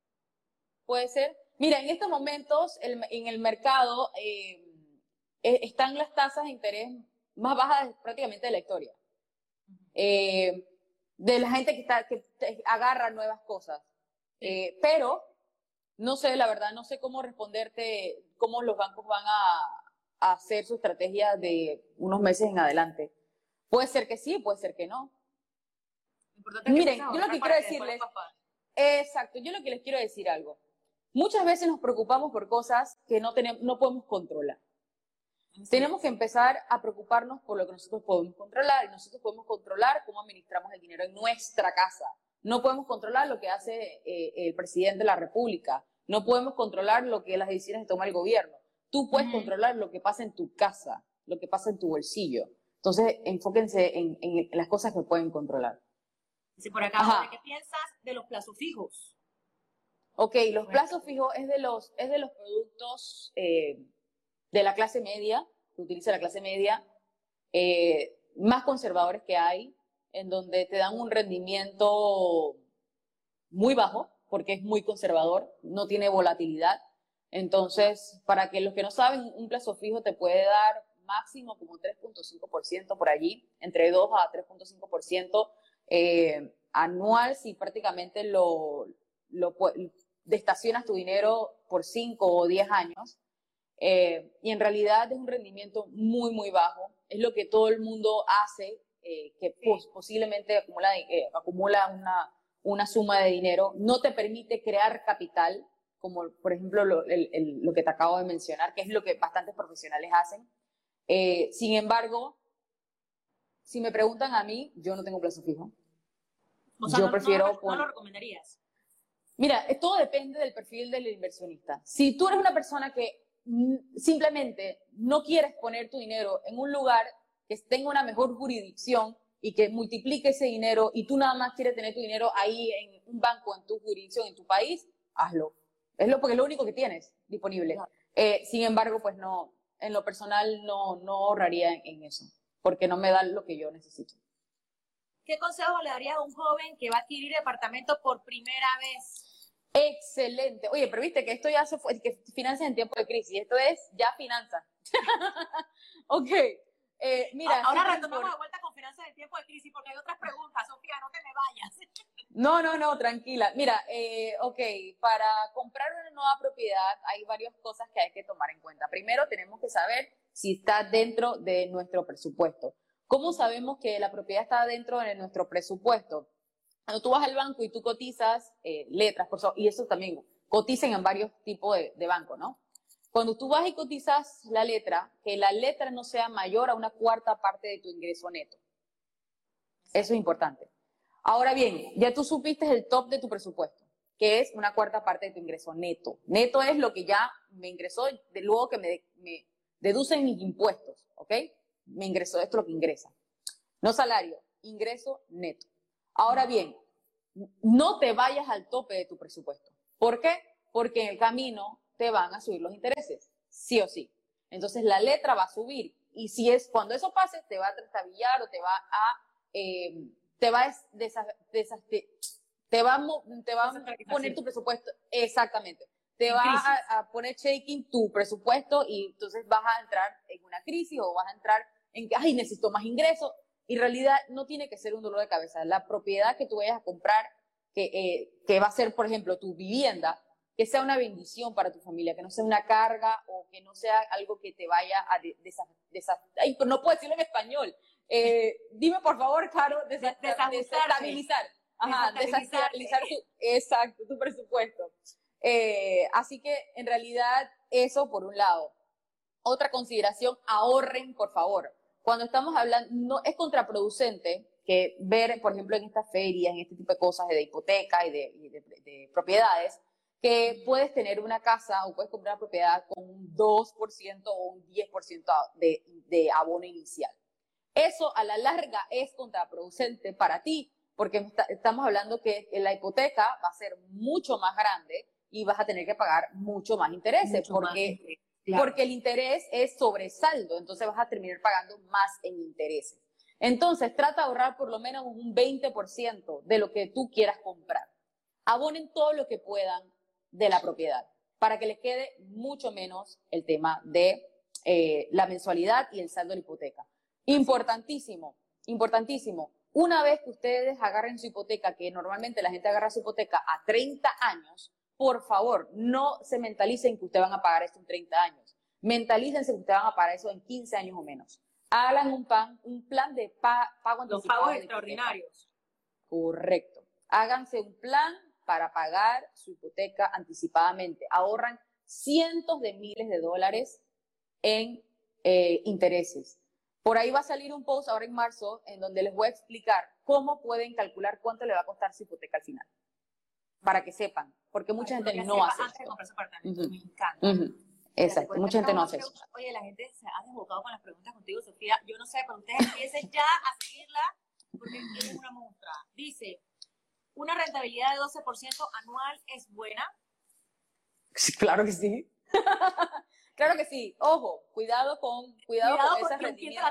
Puede ser. Mira, en estos momentos el, en el mercado eh, están las tasas de interés más bajas prácticamente de la historia. Uh-huh. Eh, de la gente que, está, que agarra nuevas cosas. Sí. Eh, pero, no sé, la verdad, no sé cómo responderte, cómo los bancos van a, a hacer su estrategia de unos meses en adelante. Puede ser que sí, puede ser que no. Importante Miren, que yo lo que quiero decirles, exacto, yo lo que les quiero decir algo. Muchas veces nos preocupamos por cosas que no tenemos, no podemos controlar. Sí. Tenemos que empezar a preocuparnos por lo que nosotros podemos controlar, y nosotros podemos controlar cómo administramos el dinero en nuestra casa. No podemos controlar lo que hace eh, el presidente de la República. No podemos controlar lo que las decisiones que toma el gobierno. Tú puedes uh-huh. controlar lo que pasa en tu casa, lo que pasa en tu bolsillo. Entonces, enfóquense en, en, en las cosas que pueden controlar. Dice por acá, ¿qué piensas de los plazos fijos? Ok, los plazos fijos es de los, es de los productos eh, de la clase media, que utiliza la clase media, eh, más conservadores que hay, en donde te dan un rendimiento muy bajo, porque es muy conservador, no tiene volatilidad. Entonces, para que los que no saben, un plazo fijo te puede dar máximo como tres punto cinco por ciento por allí, entre dos a tres punto cinco por ciento eh, anual, si prácticamente lo, lo destacionas tu dinero por cinco o diez años. Eh, y en realidad es un rendimiento muy, muy bajo. Es lo que todo el mundo hace, eh, que pos posiblemente acumula, eh, acumula una, una suma de dinero. No te permite crear capital, como por ejemplo lo, el, el, lo que te acabo de mencionar, que es lo que bastantes profesionales hacen. Eh, sin embargo, si me preguntan a mí, yo no tengo plazo fijo. O sea, yo no, prefiero no, no, no lo recomendarías. Mira, todo depende del perfil del inversionista. Si tú eres una persona que simplemente no quieres poner tu dinero en un lugar que tenga una mejor jurisdicción y que multiplique ese dinero y tú nada más quieres tener tu dinero ahí en un banco, en tu jurisdicción, en tu país, hazlo. Es lo, porque es lo único que tienes disponible. No. Eh, sin embargo, pues no, en lo personal no, no ahorraría en, en eso, porque no me da lo que yo necesito. ¿Qué consejo le daría a un joven que va a adquirir departamento por primera vez? Excelente. Oye, pero viste que esto ya se fue, que finanzas en tiempo de crisis, esto es ya finanzas. Ok. Eh, mira, ahora retomamos por... de vuelta con finanzas en tiempo de crisis porque hay otras preguntas, Sofía, no te me vayas. No, no, no, tranquila. Mira, eh, ok, para comprar una nueva propiedad hay varias cosas que hay que tomar en cuenta. Primero tenemos que saber si está dentro de nuestro presupuesto. ¿Cómo sabemos que la propiedad está dentro de nuestro presupuesto? Cuando tú vas al banco y tú cotizas eh, letras, por eso, y eso también cotizan en varios tipos de, de bancos, ¿no? Cuando tú vas y cotizas la letra, que la letra no sea mayor a una cuarta parte de tu ingreso neto. Eso es importante. Ahora bien, ya tú supiste el top de tu presupuesto, que es una cuarta parte de tu ingreso neto. Neto es lo que ya me ingresó, de luego que me, me deducen mis impuestos, ¿ok? Me ingresó, esto es lo que ingresa. No salario, ingreso neto. Ahora bien, no te vayas al tope de tu presupuesto. ¿Por qué? Porque en el camino te van a subir los intereses, sí o sí. Entonces la letra va a subir y si es cuando eso pase te va a trastabillar o te va a eh, te va a desa, desa, te, te va a, te va a poner tu presupuesto exactamente. Te va a, a poner shaking tu presupuesto y entonces vas a entrar en una crisis o vas a entrar en que ay necesito más ingresos. Y en realidad no tiene que ser un dolor de cabeza. La propiedad que tú vayas a comprar, que, eh, que va a ser, por ejemplo, tu vivienda, que sea una bendición para tu familia, que no sea una carga o que no sea algo que te vaya a desestabilizar. Ay, pero no puedo decirlo en español. Eh, dime, por favor, Caro, desestabilizar. Ajá, desestabilizar tu, exacto, tu presupuesto. Eh, así que, en realidad, eso por un lado. Otra consideración, ahorren, por favor. Cuando estamos hablando, no es contraproducente que ver, por ejemplo, en estas ferias, en este tipo de cosas de hipoteca y de, y de, de, de propiedades, que puedes tener una casa o puedes comprar una propiedad con un dos por ciento o un diez por ciento de, de abono inicial. Eso a la larga es contraproducente para ti, porque está, estamos hablando que la hipoteca va a ser mucho más grande y vas a tener que pagar mucho más intereses, mucho porque... Más. Claro. Porque el interés es sobresaldo, entonces vas a terminar pagando más en intereses. Entonces, trata de ahorrar por lo menos un veinte por ciento de lo que tú quieras comprar. Abonen todo lo que puedan de la propiedad para que les quede mucho menos el tema de eh, la mensualidad y el saldo de la hipoteca. Importantísimo, importantísimo. Una vez que ustedes agarren su hipoteca, que normalmente la gente agarra su hipoteca a treinta años, por favor, no se mentalicen que ustedes van a pagar esto en treinta años. Mentalícense que ustedes van a pagar eso en quince años o menos. Hagan un, pan, un plan de pa, pago anticipado. Los pagos extraordinarios. Correcto. Háganse un plan para pagar su hipoteca anticipadamente. Ahorran cientos de miles de dólares en eh, intereses. Por ahí va a salir un post ahora en marzo en donde les voy a explicar cómo pueden calcular cuánto le va a costar su hipoteca al final. Para que sepan, porque mucha gente no hace eso. Uh-huh. Me encanta. Uh-huh. Exacto, mucha gente no hace eso. Oye, la gente se ha desbocado con las preguntas contigo, Sofía. Yo no sé, pero ustedes empiecen ya a seguirla porque es una monstrua. Dice, ¿una rentabilidad de doce por ciento anual es buena? Sí, claro que sí. Claro que sí. Ojo, cuidado con, cuidado cuidado con esos rendimientos.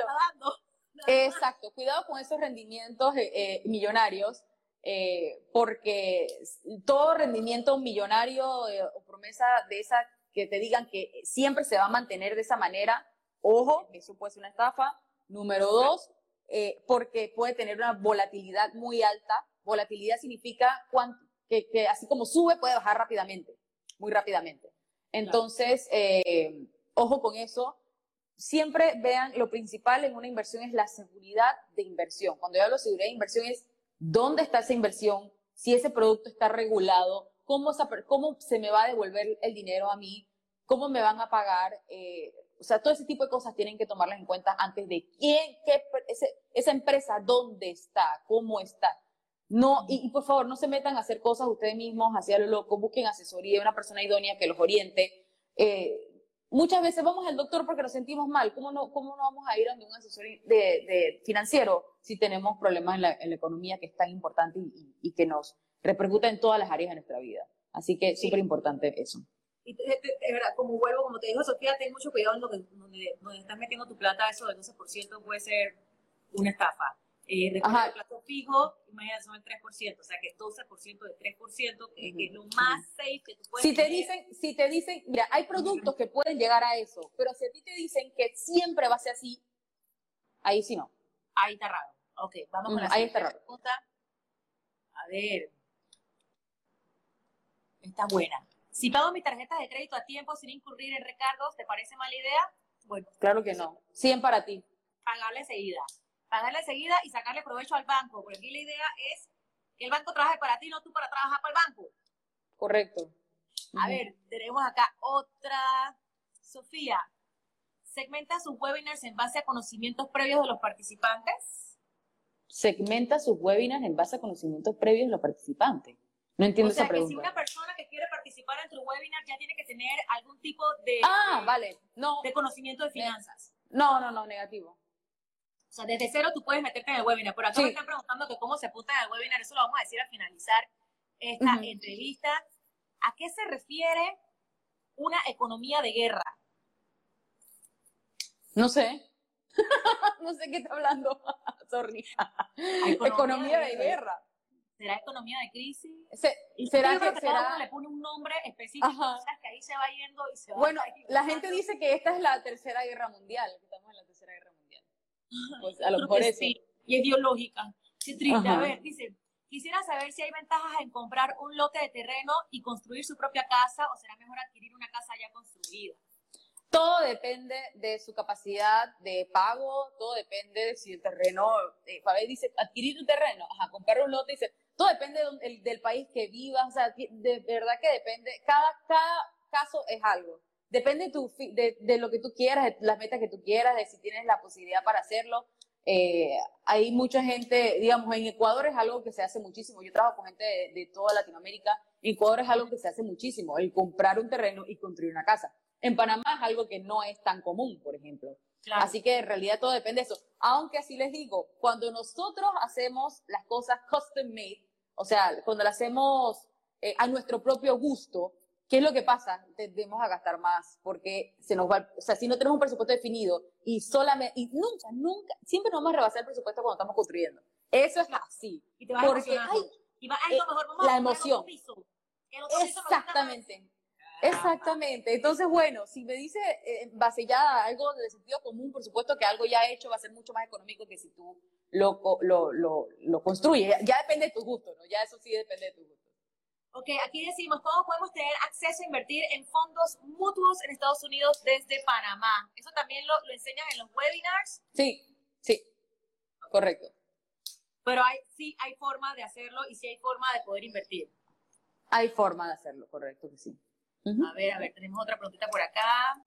Exacto, cuidado con esos rendimientos eh, eh, millonarios. Eh, porque todo rendimiento millonario eh, o promesa de esa que te digan que siempre se va a mantener de esa manera, ojo, eso puede ser una estafa. Número dos, eh, porque puede tener una volatilidad muy alta. Volatilidad significa cuánto, que, que así como sube puede bajar rápidamente, muy rápidamente. Entonces, eh, ojo con eso. Siempre vean, lo principal en una inversión es la seguridad de inversión. Cuando yo hablo de seguridad de inversión es dónde está esa inversión, si ese producto está regulado, cómo, esa, cómo se me va a devolver el dinero a mí, cómo me van a pagar. Eh, o sea, todo ese tipo de cosas tienen que tomarlas en cuenta antes de quién, qué, ese, esa empresa, dónde está, cómo está. No, y, y por favor, no se metan a hacer cosas ustedes mismos, hacia lo loco, busquen asesoría de una persona idónea que los oriente. Eh, muchas veces vamos al doctor porque nos sentimos mal. ¿Cómo no, cómo no vamos a ir a un asesor de, de financiero si tenemos problemas en la, en la economía que es tan importante y, y, y que nos repercuta en todas las áreas de nuestra vida? Así que súper importante eso. Y de, de, de verdad, como vuelvo, como te dijo Sofía, ten mucho cuidado en lo que, donde, donde estás metiendo tu plata. Eso del doce por ciento puede ser una estafa. Eh, recuerda el plazo fijo, imagínate, son el tres por ciento, o sea que doce por ciento de tres por ciento, que, que es lo más safe que tú puedes si te tener. dicen, si te dicen, mira, hay productos que pueden llegar a eso, pero si a ti te dicen que siempre va a ser así, ahí sí no. Ahí está raro. Ok, vamos con la ahí está raro. pregunta. A ver. Está buena. Si pago mis tarjetas de crédito a tiempo sin incurrir en recargos, ¿te parece mala idea? Bueno. Claro que no. cien para ti. Pagarle enseguida. Pagarle enseguida y sacarle provecho al banco, porque aquí la idea es que el banco trabaje para ti, no tú para trabajar para el banco. Correcto. A uh-huh. ver, tenemos acá otra. Sofía, ¿segmenta sus webinars en base a conocimientos previos de los participantes? ¿Segmenta sus webinars en base a conocimientos previos de los participantes? No entiendo o sea, esa pregunta. O sea, que si una persona que quiere participar en tu webinar ya tiene que tener algún tipo de, ah, de, vale. no. de conocimiento de finanzas. No, no, no, negativo. O sea, desde cero tú puedes meterte en el webinar. Pero acá sí. me están preguntando que cómo se apunta en el webinar. Eso lo vamos a decir al finalizar esta uh-huh. entrevista. ¿A qué se refiere una economía de guerra? No sé. no sé qué está hablando. Sorry. Economía, economía de, de guerra. ¿Será economía de crisis? Se, ¿Será yo creo que, que será... cada uno le pone un nombre específico? O sea, que ahí se va yendo y se va... Bueno, la gente dice que esta es la tercera guerra mundial. Que estamos en la tercera guerra mundial. Pues a lo mejor eso. Sí, y es biológica. Qué triste. Ajá. A ver, dice, quisiera saber si hay ventajas en comprar un lote de terreno y construir su propia casa, o será mejor adquirir una casa ya construida. Todo depende de su capacidad de pago, todo depende de si el terreno, eh, Fabio dice, adquirir un terreno, ajá, comprar un lote, dice, todo depende de, del, del país que vivas, o sea, de verdad que depende, cada, cada caso es algo. Depende de, tu, de, de lo que tú quieras, de las metas que tú quieras, de si tienes la posibilidad para hacerlo. Eh, hay mucha gente, digamos, en Ecuador es algo que se hace muchísimo. Yo trabajo con gente de, de toda Latinoamérica. En Ecuador es algo que se hace muchísimo, el comprar un terreno y construir una casa. En Panamá es algo que no es tan común, por ejemplo. Claro. Así que en realidad todo depende de eso. Aunque así les digo, cuando nosotros hacemos las cosas custom made, o sea, cuando las hacemos eh, a nuestro propio gusto, ¿qué es lo que pasa? Tendemos a gastar más porque se nos va, o sea, si no tenemos un presupuesto definido y solamente, y nunca, nunca, siempre nos vamos a rebasar el presupuesto cuando estamos construyendo. Eso es así. Y te vas porque hay, y va, ay, no, mejor vamos la a emoción. Piso, Exactamente. Exactamente. Entonces, bueno, si me dice eh, base ya algo de sentido común, por supuesto que algo ya hecho va a ser mucho más económico que si tú lo, lo, lo, lo construyes. Ya depende de tu gusto, ¿no? Ya eso sí depende de tu gusto. Ok, aquí decimos, ¿cómo podemos tener acceso a invertir en fondos mutuos en Estados Unidos desde Panamá? ¿Eso también lo, lo enseñan en los webinars? Sí, sí, correcto. Pero hay, sí hay forma de hacerlo y sí hay forma de poder invertir. Hay forma de hacerlo, correcto que sí. Uh-huh. A ver, a ver, tenemos otra preguntita por acá.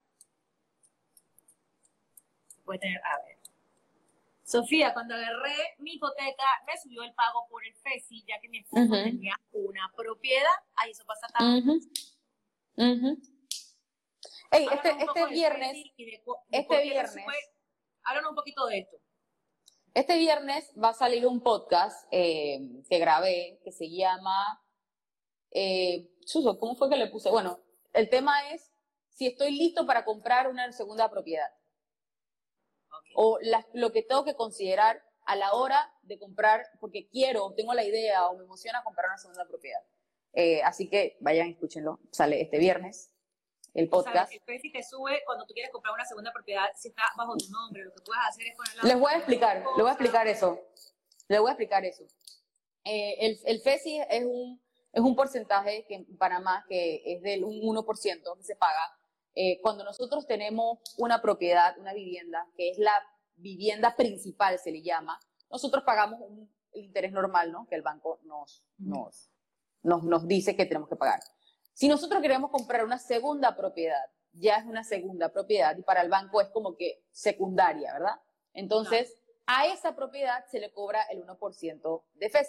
Puede tener, a ver. Sofía, cuando agarré mi hipoteca, me subió el pago por el F E S I, ya que mi esposo uh-huh. tenía una propiedad. Ahí eso pasa también. Uh-huh. Uh-huh. Hey, este, este viernes, de, de, de este viernes, fue, háblanos un poquito de esto. Este viernes va a salir un podcast eh, que grabé, que se llama, eh, Suso, ¿cómo fue que le puse? Bueno, el tema es si estoy listo para comprar una segunda propiedad. Okay. O la, lo que tengo que considerar a la hora de comprar, porque quiero, tengo la idea o me emociona comprar una segunda propiedad. Eh, así que vayan, escúchenlo. Sale este viernes el podcast. O sea, el F E S I te sube cuando tú quieres comprar una segunda propiedad, si está bajo tu nombre. Lo que puedes hacer es ponerla. Les voy a explicar, les voy a explicar eso. Les voy a explicar eso. Eh, el, el F E S I es un, es un porcentaje que en Panamá que es del un uno por ciento que se paga. Eh, cuando nosotros tenemos una propiedad, una vivienda, que es la vivienda principal, se le llama, nosotros pagamos un interés normal, ¿no? Que el banco nos, nos, nos, nos dice que tenemos que pagar. Si nosotros queremos comprar una segunda propiedad, ya es una segunda propiedad y para el banco es como que secundaria, ¿verdad? Entonces, no. a esa propiedad se le cobra el uno por ciento de F E S I.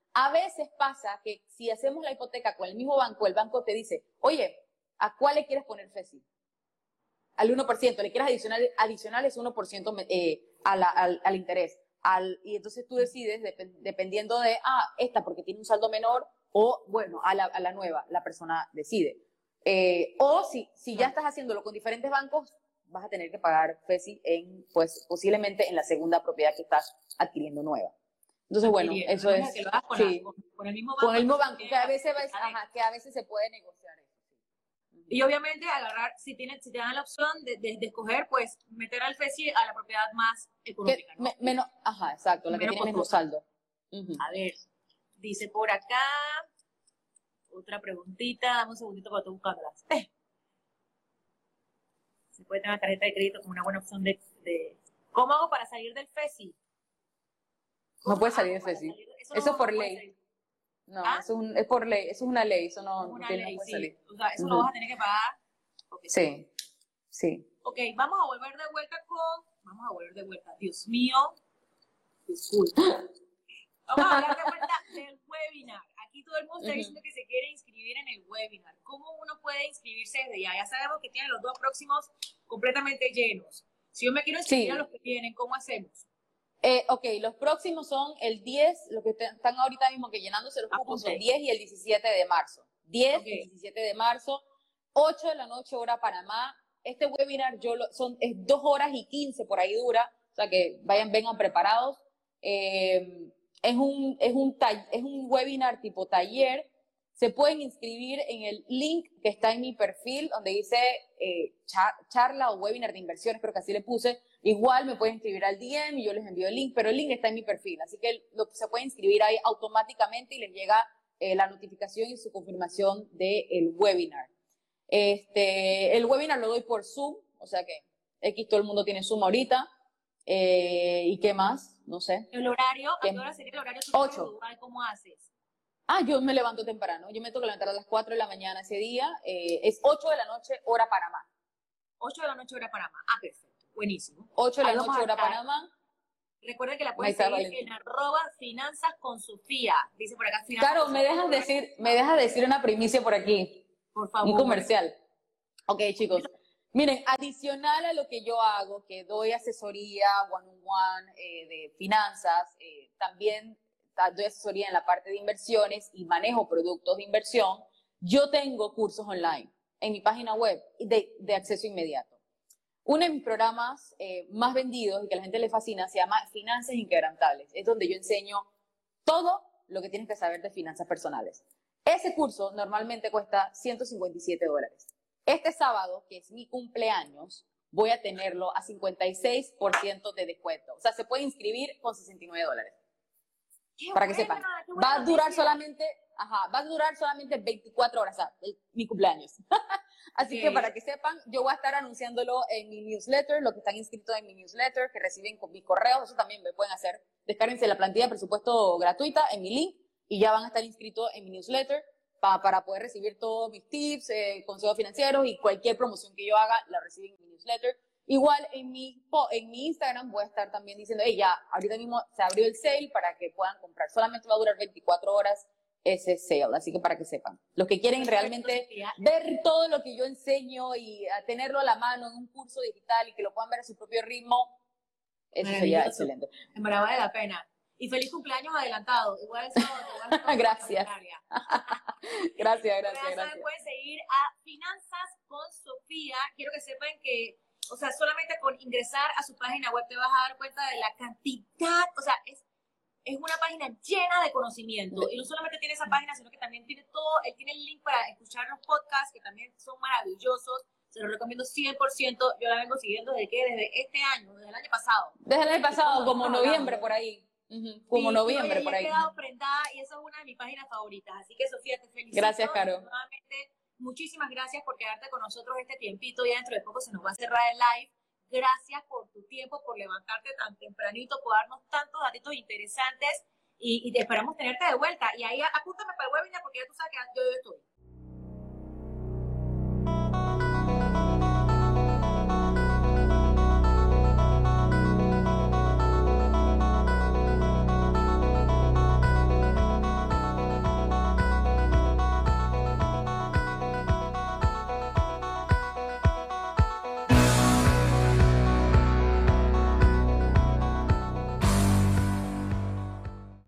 A veces pasa que si hacemos la hipoteca con el mismo banco, el banco te dice, oye, ¿a cuál le quieres poner FESI? Al uno por ciento, le quieres adicionar, adicionar ese uno por ciento eh, a la, al, al interés. Al, y entonces tú decides, dep dependiendo de, ah, esta porque tiene un saldo menor, o bueno, a la, a la nueva, la persona decide. Eh, o si, si ya estás haciéndolo con diferentes bancos, vas a tener que pagar FESI en, pues, posiblemente en la segunda propiedad que estás adquiriendo nueva. Entonces, bueno, Adquirir, eso es, que lo hagas con, sí, la, con, con el mismo banco. Con el mismo banco, que a veces, ves, ajá, que a veces se puede negociar eso. Sí. Y obviamente agarrar, si, tienen, si te dan la opción de, de, de escoger, pues meter al FESI a la propiedad más económica, ¿no? Me, menos, ajá, exacto, la que tiene menos saldo. Uh-huh. A ver, dice por acá, otra preguntita, dame un segundito para tú buscarlas. Eh. Se puede tener una tarjeta de crédito como una buena opción de, de... ¿Cómo hago para salir del FESI? No puede salir del FESI. Salir? Eso, eso no, es por no ley. Salir. No, ¿Ah? eso es, un, es por ley, eso es una ley, eso no, es una no, ley, no puede sí. salir. O sea, eso uh-huh. lo vas a tener que pagar. Okay. Sí, sí. Ok, vamos a volver de vuelta con... Vamos a volver de vuelta. Dios mío. Disculpa. Vamos a hablar de vuelta del webinar. Aquí todo el mundo está diciendo uh-huh. que se quiere inscribir en el webinar. ¿Cómo uno puede inscribirse desde ya? Ya sabemos que tienen los dos próximos completamente llenos. Si yo me quiero inscribir sí. a los que tienen, ¿cómo hacemos? Eh, ok, los próximos son el diez, los que te, están ahorita mismo que llenándose los cupos son diez y el diecisiete de marzo. diez okay. y diecisiete de marzo, ocho de la noche, hora Panamá. Este webinar yo lo, son, es dos horas y quince, por ahí dura, o sea que vayan, vengan preparados. Eh, es, un, es, un es un webinar tipo taller. Se pueden inscribir en el link que está en mi perfil, donde dice eh, char, charla o webinar de inversiones, creo que así le puse. Igual me pueden inscribir al D M y yo les envío el link, pero el link está en mi perfil, así que lo, se pueden inscribir ahí automáticamente y les llega eh, la notificación y su confirmación del webinar. Este, el webinar lo doy por Zoom, o sea que X todo el mundo tiene Zoom ahorita. Eh, ¿Y qué más? No sé. ¿El horario? ¿A qué hora sería el horario? ocho. ¿Cómo haces? Ah, yo me levanto temprano. Yo me tengo que levantar a las cuatro de la mañana ese día. Eh, es ocho de la noche, hora Panamá. ocho de la noche, hora Panamá. Ah, perfecto. Buenísimo. ocho de la noche, hora Panamá. Recuerden que la pueden seguir Valentín. en arroba finanzas con Sofía. Dice por acá finanzas. Claro, me dejas decir, me dejas decir una primicia por aquí. Por favor. Un comercial. Ok, chicos. Miren, adicional a lo que yo hago, que doy asesoría one-on-one eh, de finanzas, eh, también doy asesoría en la parte de inversiones y manejo productos de inversión, yo tengo cursos online en mi página web de, de acceso inmediato. Uno de mis programas eh, más vendidos y que a la gente le fascina se llama Finanzas Inquebrantables. Es donde yo enseño todo lo que tienes que saber de finanzas personales. Ese curso normalmente cuesta ciento cincuenta y siete dólares. Este sábado, que es mi cumpleaños, voy a tenerlo a cincuenta y seis por ciento de descuento. O sea, se puede inscribir con sesenta y nueve dólares. Para que sepan. Va a durar solamente, ajá, va a durar solamente veinticuatro horas, o sea, el, mi cumpleaños. Así okay. que para que sepan, yo voy a estar anunciándolo en mi newsletter, los que están inscritos en mi newsletter, que reciben con mis correos, eso también me pueden hacer. Descárguense la plantilla de presupuesto gratuita en mi link y ya van a estar inscritos en mi newsletter pa, para poder recibir todos mis tips, eh, consejos financieros y cualquier promoción que yo haga, la reciben en mi newsletter. Igual en mi, en mi Instagram voy a estar también diciendo, hey, ya, ahorita mismo se abrió el sale para que puedan comprar. Solamente va a durar veinticuatro horas ese sale, así que para que sepan. Los que quieren realmente ver todo lo que yo enseño y a tenerlo a la mano en un curso digital y que lo puedan ver a su propio ritmo, eso sería excelente. En verdad vale la pena. Y feliz cumpleaños adelantado. Igual el sábado. Igual gracias. gracias, gracias, gracias. Pueden seguir a Finanzas con Sofía. Quiero que sepan que, o sea, solamente con ingresar a su página web te vas a dar cuenta de la cantidad, o sea, es, es una página llena de conocimiento. Y no solamente tiene esa página, sino que también tiene todo, él tiene el link para escuchar los podcasts, que también son maravillosos. Se los recomiendo cien por ciento. Yo la vengo siguiendo desde que, desde este año, desde el año pasado. Desde el año pasado, como noviembre por ahí. Uh-huh. Como sí, noviembre por ahí. He quedado prendada y eso es una de mis páginas favoritas. Así que, Sofía, te felicito. Gracias, Caro. Nuevamente, muchísimas gracias por quedarte con nosotros este tiempito. Ya dentro de poco se nos va a cerrar el live. Gracias por tu tiempo, por levantarte tan tempranito, por darnos tantos datos interesantes y, y te esperamos tenerte de vuelta. Y ahí apúntame para el webinar porque ya tú sabes que yo estoy.